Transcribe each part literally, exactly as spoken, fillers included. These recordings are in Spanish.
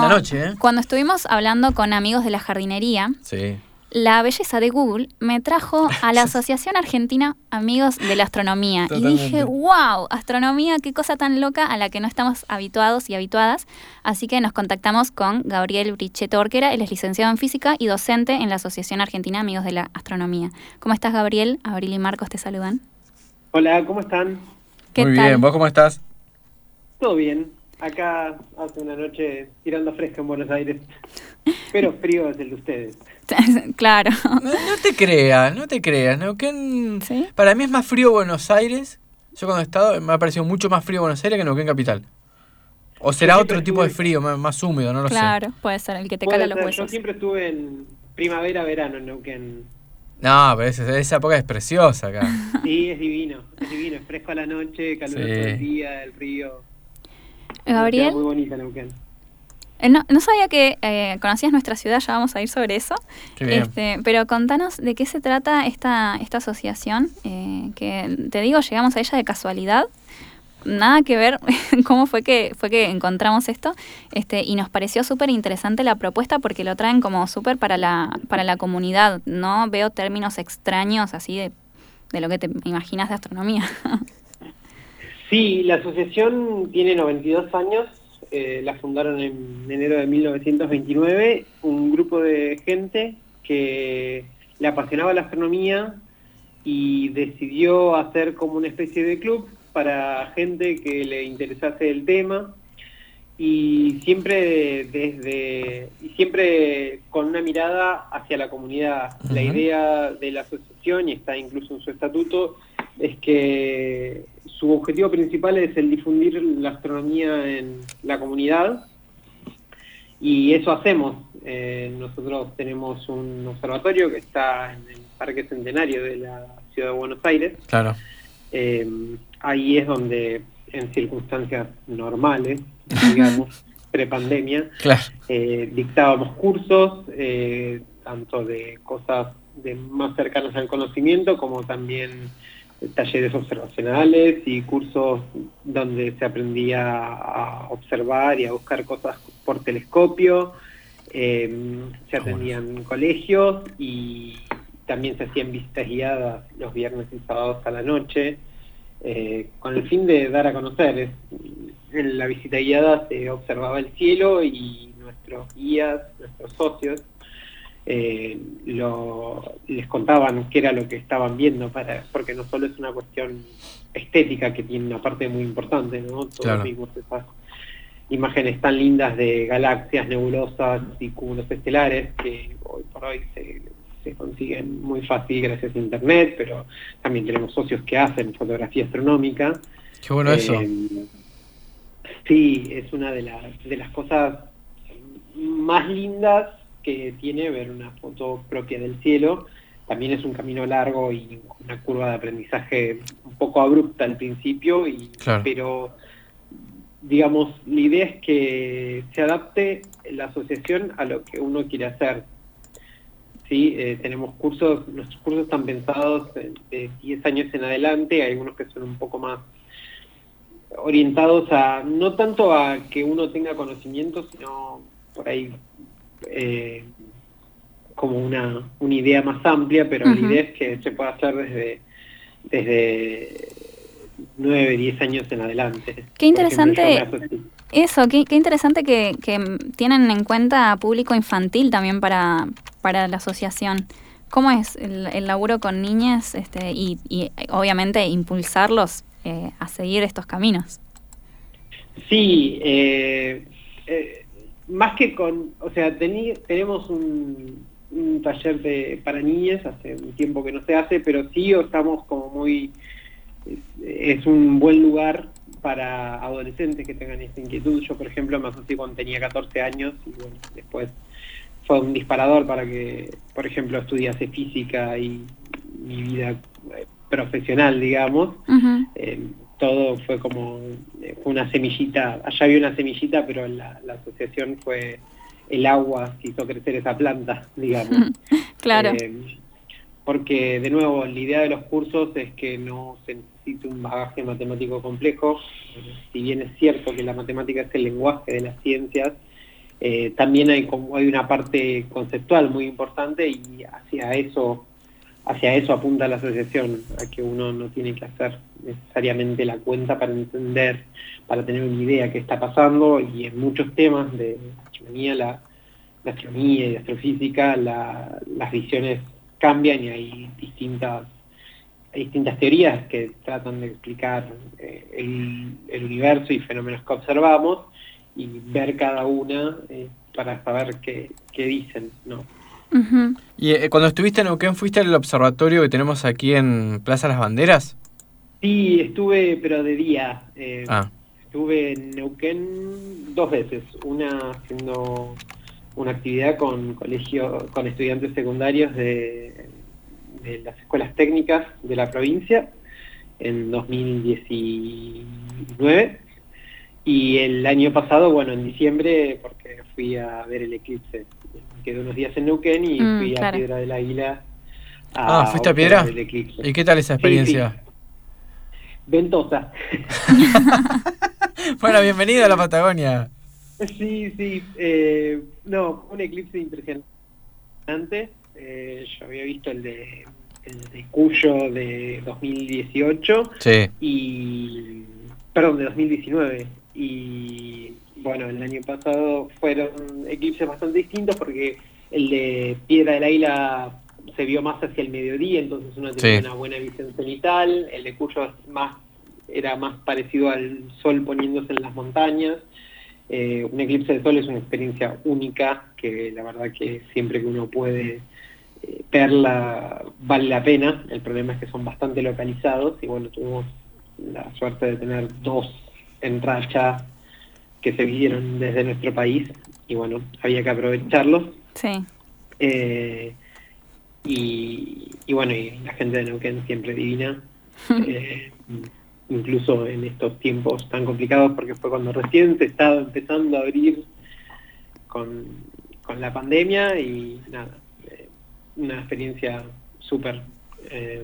la noche, ¿eh? Cuando estuvimos hablando con amigos de la jardinería, sí. la belleza de Google me trajo a la Asociación Argentina Amigos de la Astronomía. Totalmente. Y dije, wow, astronomía, qué cosa tan loca a la que no estamos habituados y habituadas. Así que nos contactamos con Gabriel Brichetto Orquera, él es licenciado en física y docente en la Asociación Argentina Amigos de la Astronomía. ¿Cómo estás, Gabriel? Abril y Marcos te saludan. Hola, ¿cómo están? ¿Qué Muy tal? bien, ¿vos cómo estás? Todo bien. Acá hace una noche tirando fresco en Buenos Aires, pero frío es el de ustedes. Claro. No, no te creas, no te creas. Neuquén, ¿Sí? Para mí es más frío Buenos Aires. Yo cuando he estado me ha parecido mucho más frío Buenos Aires que Neuquén Capital. O será Yo otro siempre tipo de estuve- frío, más, más húmedo, no lo Claro, sé. puede ser el que te Puede cala los ser, huesos. Yo siempre estuve en primavera-verano en Neuquén. No, pero esa, esa época es preciosa acá. Sí, es divino, es divino, es fresco a la noche, caluroso Sí. el día, el río. Una Gabriel, ciudad muy bonita Neuquén. eh, no, no sabía que eh, conocías nuestra ciudad, ya vamos a ir sobre eso. Qué bien. Este, pero contanos de qué se trata esta, esta asociación, eh, que te digo, llegamos a ella de casualidad. Nada que ver cómo fue que fue que encontramos esto, este, y nos pareció súper interesante la propuesta porque lo traen como súper para la, para la comunidad, ¿no? Veo términos extraños así de, de lo que te imaginas de astronomía. Sí, la asociación tiene noventa y dos años, eh, la fundaron en enero de mil novecientos veintinueve, un grupo de gente que le apasionaba la astronomía y decidió hacer como una especie de club para gente que le interesase el tema y siempre desde y siempre con una mirada hacia la comunidad. Uh-huh. La idea de la asociación, y está incluso en su estatuto, es que su objetivo principal es el difundir la astronomía en la comunidad, y eso hacemos. Eh, nosotros tenemos un observatorio que está en el Parque Centenario de la Ciudad de Buenos Aires. Claro. Eh, ahí es donde, en circunstancias normales, digamos, prepandemia, claro. eh, dictábamos cursos, eh, tanto de cosas de más cercanas al conocimiento, como también talleres observacionales y cursos donde se aprendía a observar y a buscar cosas por telescopio. Eh, se atendían bueno. colegios y también se hacían visitas guiadas los viernes y sábados a la noche, eh, con el fin de dar a conocer. Es, en la visita guiada se observaba el cielo y nuestros guías, nuestros socios, eh, lo, les contaban qué era lo que estaban viendo, para porque no solo es una cuestión estética, que tiene una parte muy importante, ¿no? Todos claro. vimos esas imágenes tan lindas de galaxias, nebulosas y cúmulos estelares que hoy por hoy se, se consiguen muy fácil gracias a internet, pero también tenemos socios que hacen fotografía astronómica. Qué bueno eh, eso. Sí, es una de las, de las cosas más lindas que tiene ver una foto propia del cielo. También es un camino largo y una curva de aprendizaje un poco abrupta al principio, y, claro. pero digamos, la idea es que se adapte la asociación a lo que uno quiere hacer. Sí, eh, tenemos cursos, nuestros cursos están pensados de, de diez años en adelante, hay algunos que son un poco más orientados a, no tanto a que uno tenga conocimiento, sino por ahí eh, como una, una idea más amplia, pero uh-huh. la idea es que se pueda hacer desde desde nueve, diez años en adelante. Qué interesante ejemplo, eso, qué, qué interesante que, que tienen en cuenta público infantil también para, para la asociación. ¿Cómo es el, el laburo con niñas este, y, y obviamente impulsarlos eh, a seguir estos caminos? Sí, eh, eh, más que con, o sea, tení, tenemos un, un taller de, para niñas, hace un tiempo que no se hace, pero sí estamos como muy, es, es un buen lugar para adolescentes que tengan esta inquietud. Yo, por ejemplo, me asocié cuando tenía catorce años y bueno, después fue un disparador para que, por ejemplo, estudiase física y mi vida eh, profesional, digamos. Uh-huh. Eh, todo fue como fue una semillita, allá había una semillita, pero la, la asociación fue el agua que hizo crecer esa planta, digamos. Claro. Eh, porque, de nuevo, la idea de los cursos es que no se necesite un bagaje matemático complejo. Si bien es cierto que la matemática es el lenguaje de las ciencias, eh, también hay, como, hay una parte conceptual muy importante y hacia eso, hacia eso apunta la asociación, a que uno no tiene que hacer necesariamente la cuenta para entender, para tener una idea de qué está pasando, y en muchos temas de astronomía, la, la astronomía y astrofísica, la, las visiones cambian y hay distintas Hay distintas teorías que tratan de explicar eh, el, el universo y fenómenos que observamos y ver cada una eh, para saber qué, qué dicen, ¿no? Uh-huh. ¿Y eh, cuando estuviste en Neuquén, fuiste al observatorio que tenemos aquí en Plaza Las Banderas? Sí, estuve, pero de día. Eh, ah. Estuve en Neuquén dos veces. Una haciendo una actividad con colegio, con estudiantes secundarios de... de las escuelas técnicas de la provincia en dos mil diecinueve, y el año pasado, bueno, en diciembre, porque fui a ver el eclipse. Me quedé unos días en Neuquén y mm, fui claro. a Piedra del Águila a Ah, ¿fuiste a Piedra? el eclipse. ¿Y qué tal esa experiencia? Sí, sí. Ventosa. Bueno, bienvenido a la Patagonia. Sí, sí. Eh, no, un eclipse impresionante. Eh, yo había visto el de, el de Cuyo de dos mil dieciocho, sí. y perdón, de dos mil diecinueve, y bueno, el año pasado fueron eclipses bastante distintos porque el de Piedra del Águila se vio más hacia el mediodía, entonces uno tenía sí. una buena visión cenital. El de Cuyo es más, era más parecido al sol poniéndose en las montañas. Eh, un eclipse de sol es una experiencia única que la verdad que siempre que uno puede eh, verla vale la pena. El problema es que son bastante localizados y bueno, tuvimos la suerte de tener dos en racha que se vieron desde nuestro país y bueno, había que aprovecharlos. Sí. Eh, y, y bueno, y la gente de Neuquén siempre divina. eh, incluso en estos tiempos tan complicados, porque fue cuando recién se estaba empezando a abrir con, con la pandemia y nada, eh, una experiencia súper, eh,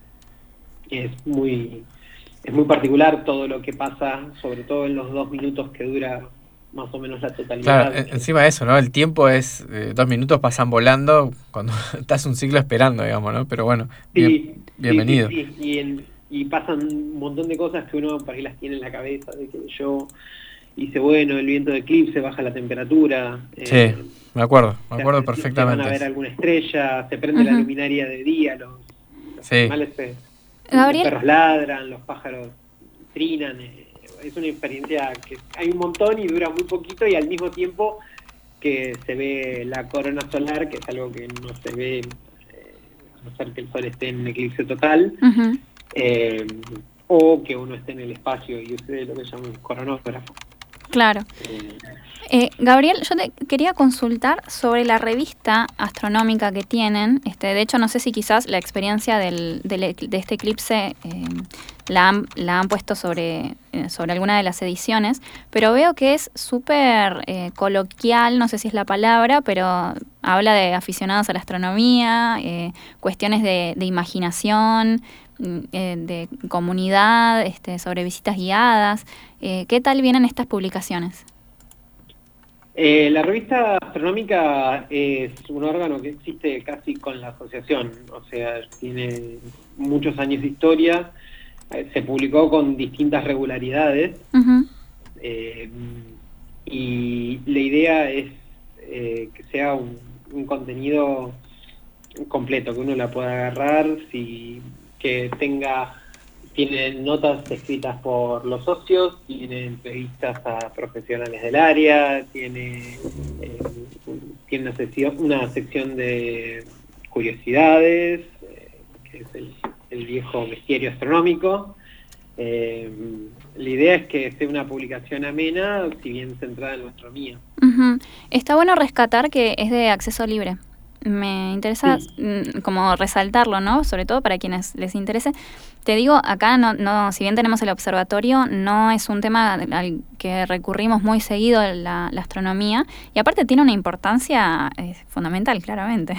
es muy es muy particular todo lo que pasa, sobre todo en los dos minutos que dura más o menos la totalidad. Claro, encima de eso, ¿no? El tiempo es, eh, dos minutos pasan volando cuando estás un ciclo esperando, digamos, ¿no? Pero bueno, bien, sí, bienvenido. Sí, sí, sí. Y, en, y pasan un montón de cosas que uno por ahí las tiene en la cabeza, de que yo hice, bueno, el viento de eclipse, baja la temperatura. Sí, eh, me acuerdo, me acuerdo se, perfectamente. Se van a ver alguna estrella, se prende uh-huh. la luminaria de día, los, los sí. animales se... Gabriel. Los perros ladran, los pájaros trinan, eh, es una experiencia que hay un montón y dura muy poquito, y al mismo tiempo que se ve la corona solar, que es algo que no se ve, eh, a no ser que el sol esté en eclipse total, uh-huh. eh, o que uno esté en el espacio y use lo que llaman un coronógrafo. Claro. Eh, Eh, Gabriel, yo te quería consultar sobre la revista astronómica que tienen. Este, de hecho, no sé si quizás la experiencia del, del, de este eclipse eh, la, han, la han puesto sobre, eh, sobre alguna de las ediciones, pero veo que es súper eh, coloquial, no sé si es la palabra, pero habla de aficionados a la astronomía, eh, cuestiones de, de imaginación, eh, de comunidad, este, sobre visitas guiadas. Eh, ¿Qué tal vienen estas publicaciones? Eh, la revista astronómica es un órgano que existe casi con la asociación, o sea, tiene muchos años de historia, eh, se publicó con distintas regularidades, uh-huh. eh, y la idea es eh, que sea un, un contenido completo, que uno la pueda agarrar, si, que tenga... Tiene notas escritas por los socios, tiene entrevistas a profesionales del área, tiene, eh, tiene una, sección, una sección de curiosidades, eh, que es el, el viejo bestiario astronómico. Eh, la idea es que sea una publicación amena, si bien centrada en la astronomía. Uh-huh. Está bueno rescatar que es de acceso libre. Me interesa sí. como resaltarlo, ¿no? Sobre todo para quienes les interese. Te digo, acá, no, no, si bien tenemos el observatorio, no es un tema al que recurrimos muy seguido, la, la astronomía, y aparte tiene una importancia eh, fundamental, claramente.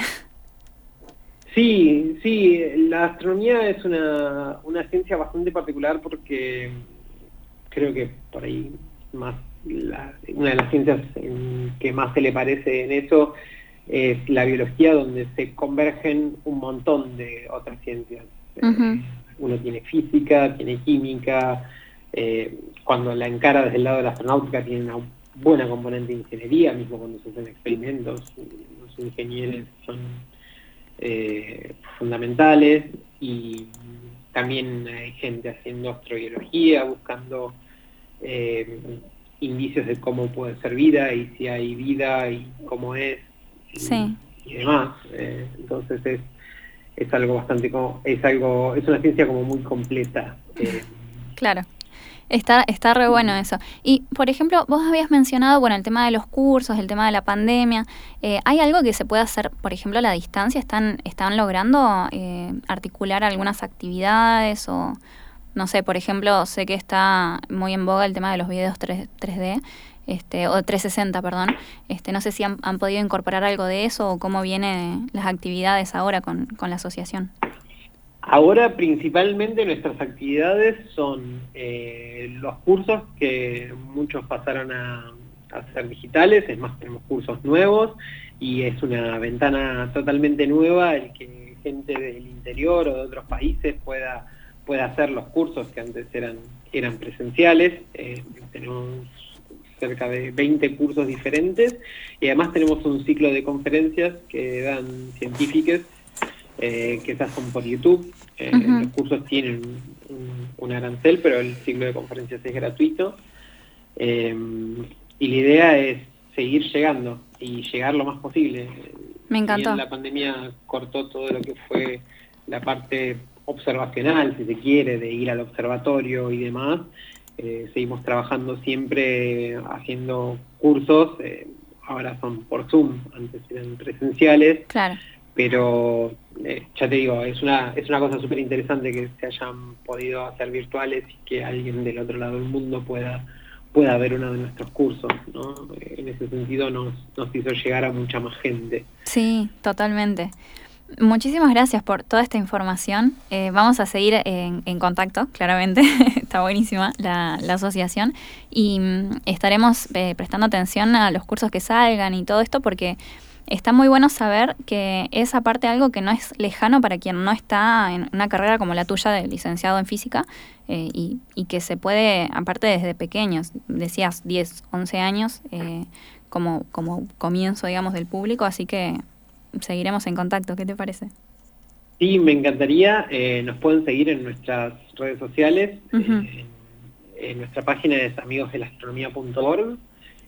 Sí, sí, la astronomía es una, una ciencia bastante particular porque creo que por ahí más, la, una de las ciencias en que más se le parece en eso es la biología, donde se convergen un montón de otras ciencias. Uh-huh. Eh, uno tiene física, tiene química, eh, cuando la encara desde el lado de la astronáutica tiene una buena componente de ingeniería, mismo cuando se hacen experimentos, los ingenieros son eh, fundamentales, y también hay gente haciendo astrobiología, buscando eh, indicios de cómo puede ser vida y si hay vida y cómo es, y, sí. y demás. Eh, entonces es es algo bastante como, es algo, es una ciencia como muy completa. Eh. Claro. Está, está re bueno eso. Y, por ejemplo, vos habías mencionado, bueno, el tema de los cursos, el tema de la pandemia. Eh, ¿Hay algo que se pueda hacer, por ejemplo, a la distancia? ¿Están, están logrando eh, articular algunas actividades? O, no sé, por ejemplo, sé que está muy en boga el tema de los videos tres D, este, o trescientos sesenta, perdón. Este, no sé si han, han podido incorporar algo de eso o cómo vienen las actividades ahora con, con la asociación. Ahora principalmente nuestras actividades son eh, los cursos que muchos pasaron a, a ser digitales, es más, tenemos cursos nuevos y es una ventana totalmente nueva el que gente del interior o de otros países pueda, pueda hacer los cursos que antes eran, eran presenciales. Eh, tenemos cerca de veinte cursos diferentes y además tenemos un ciclo de conferencias que dan científicos, eh, que esas son por YouTube. Eh, uh-huh. Los cursos tienen un, un arancel, pero el ciclo de conferencias es gratuito. Eh, y la idea es seguir llegando y llegar lo más posible. Me encantó. Si la pandemia cortó todo lo que fue la parte observacional, si se quiere, de ir al observatorio y demás. Eh, seguimos trabajando siempre haciendo cursos, eh, ahora son por Zoom, antes eran presenciales, claro. Pero eh, ya te digo, es una es una cosa súper interesante que se hayan podido hacer virtuales y que alguien del otro lado del mundo pueda pueda ver uno de nuestros cursos, ¿no? En ese sentido nos, nos hizo llegar a mucha más gente. Sí, totalmente. Muchísimas gracias por toda esta información. Eh, vamos a seguir en, en contacto, claramente. Está buenísima la, la asociación. Y mm, estaremos eh, prestando atención a los cursos que salgan y todo esto, porque está muy bueno saber que es aparte algo que no es lejano para quien no está en una carrera como la tuya de licenciado en física, eh, y, y que se puede, aparte desde pequeños, decías diez, once años, eh, como, como comienzo, digamos, del público, así que seguiremos en contacto. ¿Qué te parece? Sí, me encantaría. Eh, nos pueden seguir en nuestras redes sociales. Uh-huh. eh, en, en nuestra página es amigos de la astronomía punto org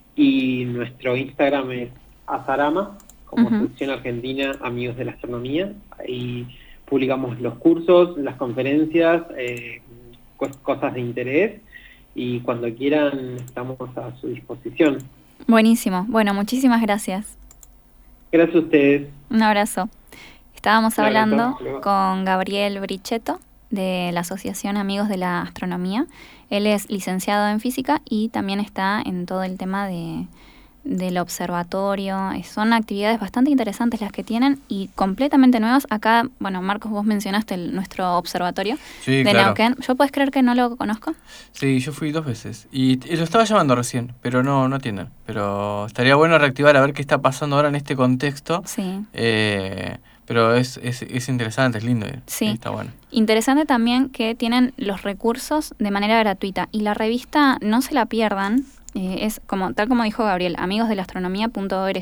y nuestro Instagram es azarama, como uh-huh. sección argentina Amigos de la Astronomía. Ahí publicamos los cursos, las conferencias, eh, cosas de interés, y cuando quieran estamos a su disposición. Buenísimo. Bueno, muchísimas gracias. Gracias a ustedes. Un abrazo. Estábamos Un hablando abrazo. con Gabriel Brichetto de la Asociación Amigos de la Astronomía. Él es licenciado en física y también está en todo el tema de del observatorio. Son actividades bastante interesantes las que tienen y completamente nuevas. Acá, bueno, Marcos, vos mencionaste el, nuestro observatorio sí, de claro. Neuquén. ¿Yo puedes creer que no lo conozco? Sí, yo fui dos veces y, y lo estaba llamando recién, pero no, no atienden. Pero estaría bueno reactivar a ver qué está pasando ahora en este contexto. Sí. Eh, pero es, es, es interesante, es lindo. Sí. Está bueno. Interesante también que tienen los recursos de manera gratuita y la revista no se la pierdan. Eh, es como tal como dijo Gabriel, amigos de la astronomía punto org,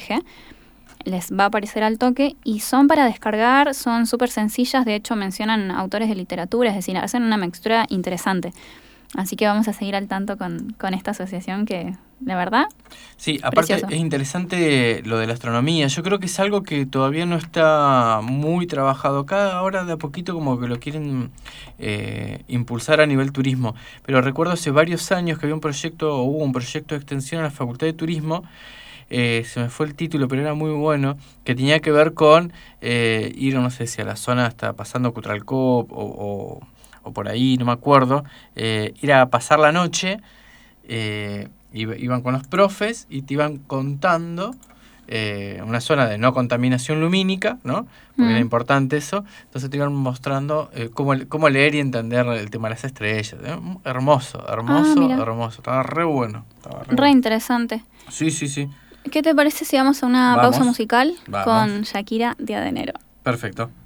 les va a aparecer al toque y son para descargar, son súper sencillas, de hecho mencionan autores de literatura, es decir, hacen una mixtura interesante. Así que vamos a seguir al tanto con, con esta asociación que, la verdad, sí, aparte precioso. Es interesante lo de la astronomía. Yo creo que es algo que todavía no está muy trabajado acá. Ahora de a poquito como que lo quieren eh, impulsar a nivel turismo. Pero recuerdo hace varios años que había un proyecto, o hubo un proyecto de extensión a la Facultad de Turismo. Eh, se me fue el título, pero era muy bueno, que tenía que ver con eh, ir, no sé si a la zona hasta pasando Cutralcó o... o o por ahí, no me acuerdo, eh, ir a pasar la noche, eh, iban con los profes y te iban contando eh, una zona de no contaminación lumínica, ¿no? Porque Mm. era importante eso. Entonces te iban mostrando eh, cómo, cómo leer y entender el tema de las estrellas. ¿eh? Hermoso, hermoso, Ah, mira. hermoso. Estaba re bueno. Estaba re Re bueno. interesante. Sí, sí, sí. ¿Qué te parece si vamos a una Vamos. pausa musical Vamos. con Shakira, Día de Enero? Perfecto.